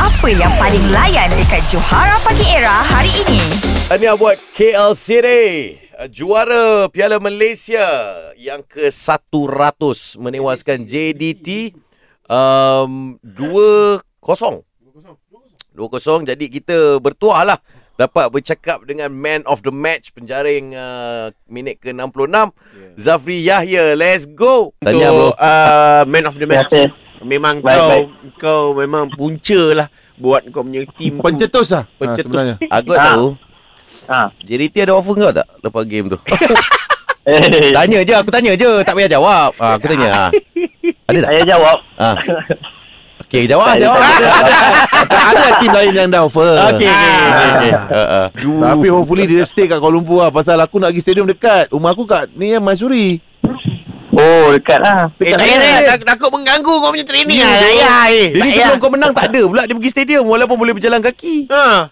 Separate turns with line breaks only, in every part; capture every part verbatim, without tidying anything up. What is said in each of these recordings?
Apa yang paling layan dekat Johara Pagi Era hari ini?
Ini buat K L City, juara Piala Malaysia yang ke seratus menewaskan J D T um, dua kosong. dua kosong. Jadi kita bertuah lah dapat bercakap dengan man of the match, penjaring uh, minit ke enam puluh enam, yeah. Zafri Yahya. Let's go.
Tanya bro, uh, man of the match.
Okay.
Memang
baik,
kau
baik.
kau memang punca lah buat kau punya team.
Pencetus lah
Pencetus.
ha, sebenarnya.
Aku
Ah.
tahu
Ha.
J D T ada offer kau tak lepas game tu?
Eh,
Tanya je, aku tanya je, tak payah jawab. Ha, aku tanya. Ha. Ada tak?
saya jawab.
Ha. Okey, jawab,
Saya
jawab.
Ada tim lain yang dah offer.
Okey, okey, okey, okey. Ha, ha.
Tapi hopefully dia stay kat Kuala Lumpur lah. Pasal aku nak pergi stadium dekat. Rumah aku kat ni yang Mansuri.
Oh, dekat lah.
Eh,
Dekat
tak
mana?
payah tak, takut mengganggu kau punya training
Ya,
lah. Tak
betul.
payah eh.
Jadi
Tak
sebelum
payah.
kau menang tak ada pula dia pergi stadium walaupun boleh berjalan kaki.
Ha.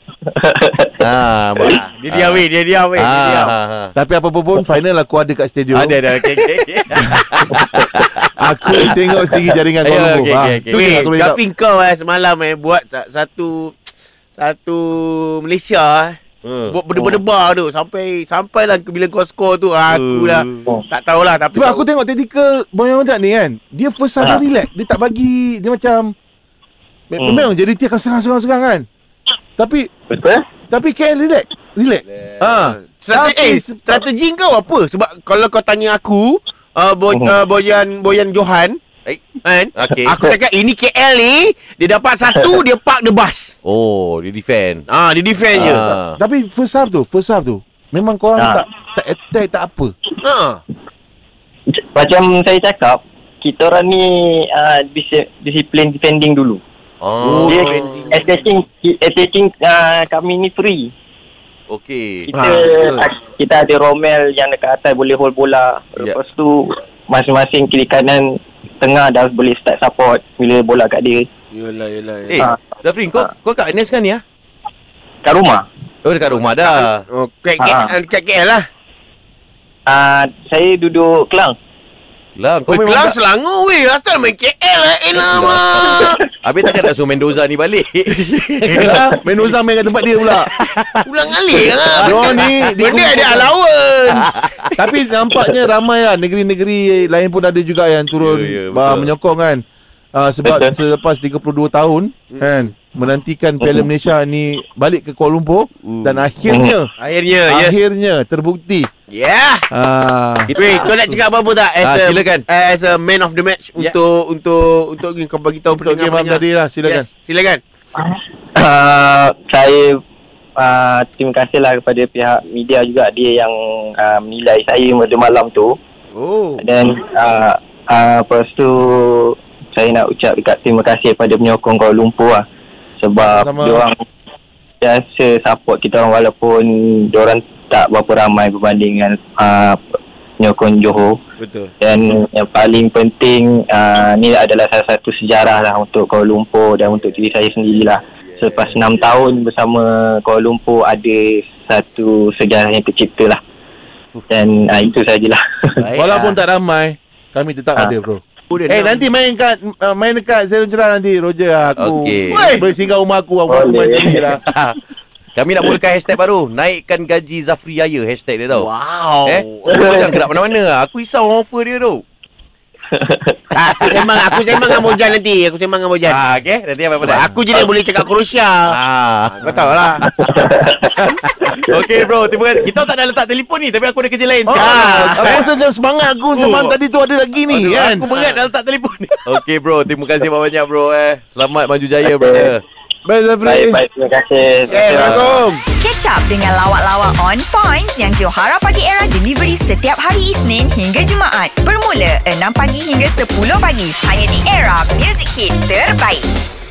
Ha,
Ah, dia diam weh, dia diam weh, dia diam.
ha, ha.
Tapi apa pun final aku ada kat stadium.
Ada ada okey okey. okey.
Aku tengok sendiri jaringan Kuala
Ya,
Lumpur.
okey,
Ha,
okey, okey.
tu je
Weh,
aku boleh cakap.
tapi kau eh semalam eh buat sa- satu satu Malaysia eh.
Hmm.
Buat berdebar-debar tu sampai sampailah bila kau skor tu aku dah
Oh.
tak tahulah tapi
Sebab aku tengok tactical Boyan Odak ni kan. Dia first half
Ha.
dia relax. Dia tak bagi. Dia macam me-
Hmm.
memang jadi dia akan serang-serang-serang kan. Tapi
Betul?
Tapi K L relax. Relax. Ha.
Strategi,
Tapi
eh,
sebab-
strategi kau apa? Sebab kalau kau tanya aku uh, Boy,
Mhm.
uh, Boyan Boyan Johan
Eh,
kan?
okey.
Aku cakap ini K L ni dia dapat satu dia park the bus.
Oh, dia defend.
Ah, dia defend je.
Ah.
Tapi first half tu, first half tu memang korang
Ha.
tak tak attack tak apa.
Ha.
Macam saya cakap, kita orang ni uh, dis- disiplin defending dulu.
Oh,
Dia
defending.
attacking attacking uh, kami ni free.
okey.
Kita
Ha, betul.
kita ada Romel yang dekat atas boleh hold bola.
Ya.
Lepas tu masing-masing kiri kanan tengah dah boleh start support bila bola kat dia.
Yalah yalah.
Eh,
Ha.
Zafrin, kau kau kat Ines kan ni ah?
Kat rumah.
Oh, dekat rumah dah.
Oh, kat,
Ha.
kat, kat K L lah.
Uh, saya duduk Kelang.
Lah, kau
Kau
memang
kelas
tak.
Selangor weh. Last time main K L lah. Eh lama.
Habis takkan nak suruh Mendoza ni balik.
Mendoza main kat tempat dia pula.
Ulang alik lah.
Diorang ni
Benda ada
dikumpulkan.
allowance.
Tapi nampaknya ramai lah. Negeri-negeri lain pun ada juga yang turun
Ya, ya,
bah,
betul.
menyokong kan. Uh, sebab
Betul.
selepas tiga puluh dua tahun kan menantikan Piala Malaysia ni balik ke Kuala Lumpur
Hmm.
dan akhirnya
Akhirnya, yes.
akhirnya terbukti.
Yeah.
Ah,
Weh, kau nak cakap apa-apa tak? As
Ah,
a,
silakan.
As a man of the match
Ya.
untuk untuk untuk kau bagi tahu
untuk game malam tadi lah, silakan.
Yes, silakan.
Uh, saya uh, terima kasihlah kepada pihak media juga, dia yang uh, menilai saya pada malam tu.
Oh.
Dan uh, uh, lepas tu saya nak ucap dekat terima kasih kepada penyokong Kuala Lumpur lah. Sebab
Sama.
diorang biasa support kita orang walaupun diorang tak berapa ramai berbanding dengan uh, penyokong Johor.
Betul.
Dan yang paling penting uh, ni adalah salah satu sejarah lah untuk Kuala Lumpur dan untuk diri saya sendirilah. Selepas enam tahun bersama Kuala Lumpur ada satu sejarah yang tercipta lah. Dan uh, itu sajalah.
Walaupun tak ramai, kami tetap
Ah.
ada bro.
Oh, dia
Eh
enam.
nanti main kat uh, main dekat Zero Cerah nanti Roger aku.
Okey.
Weh.
Boleh singgah rumah aku, aku main
Boleh.
sendiri lah.
Kami nak mulakan hashtag baru. Naikkan gaji Zafri Yahya. Hashtag dia tau.
Wow.
Eh, kau jangan gerak mana-mana. Aku risau orang offer dia tu.
Ah, aku sembang aku sembang dengan Bojan nanti. Aku sembang dengan Bojan.
Ah, okey. Nanti apa-apa dah.
Aku je dia boleh cakap Croatia.
Ah.
Kau tahu lah.
Okey bro, terima kasih. Kita tak ada letak telefon ni, tapi aku ada kerja lain
Oh,
sekarang.
aku rasa macam semangat aku semalam tadi tu ada lagi ni
Aduh,
kan.
Aku berat dah letak telefon ni. Okey bro, terima kasih banyak-banyak bro eh. Selamat maju jaya brother.
Baik Zafri.
Baik-baik, terima kasih.
Eh, Assalamualaikum.
Catch up dengan lawak-lawak on points yang Johara Pagi Era delivery setiap hari Isnin hingga Jumaat. Bermula enam pagi hingga sepuluh pagi. Hanya di Era Music Hit terbaik.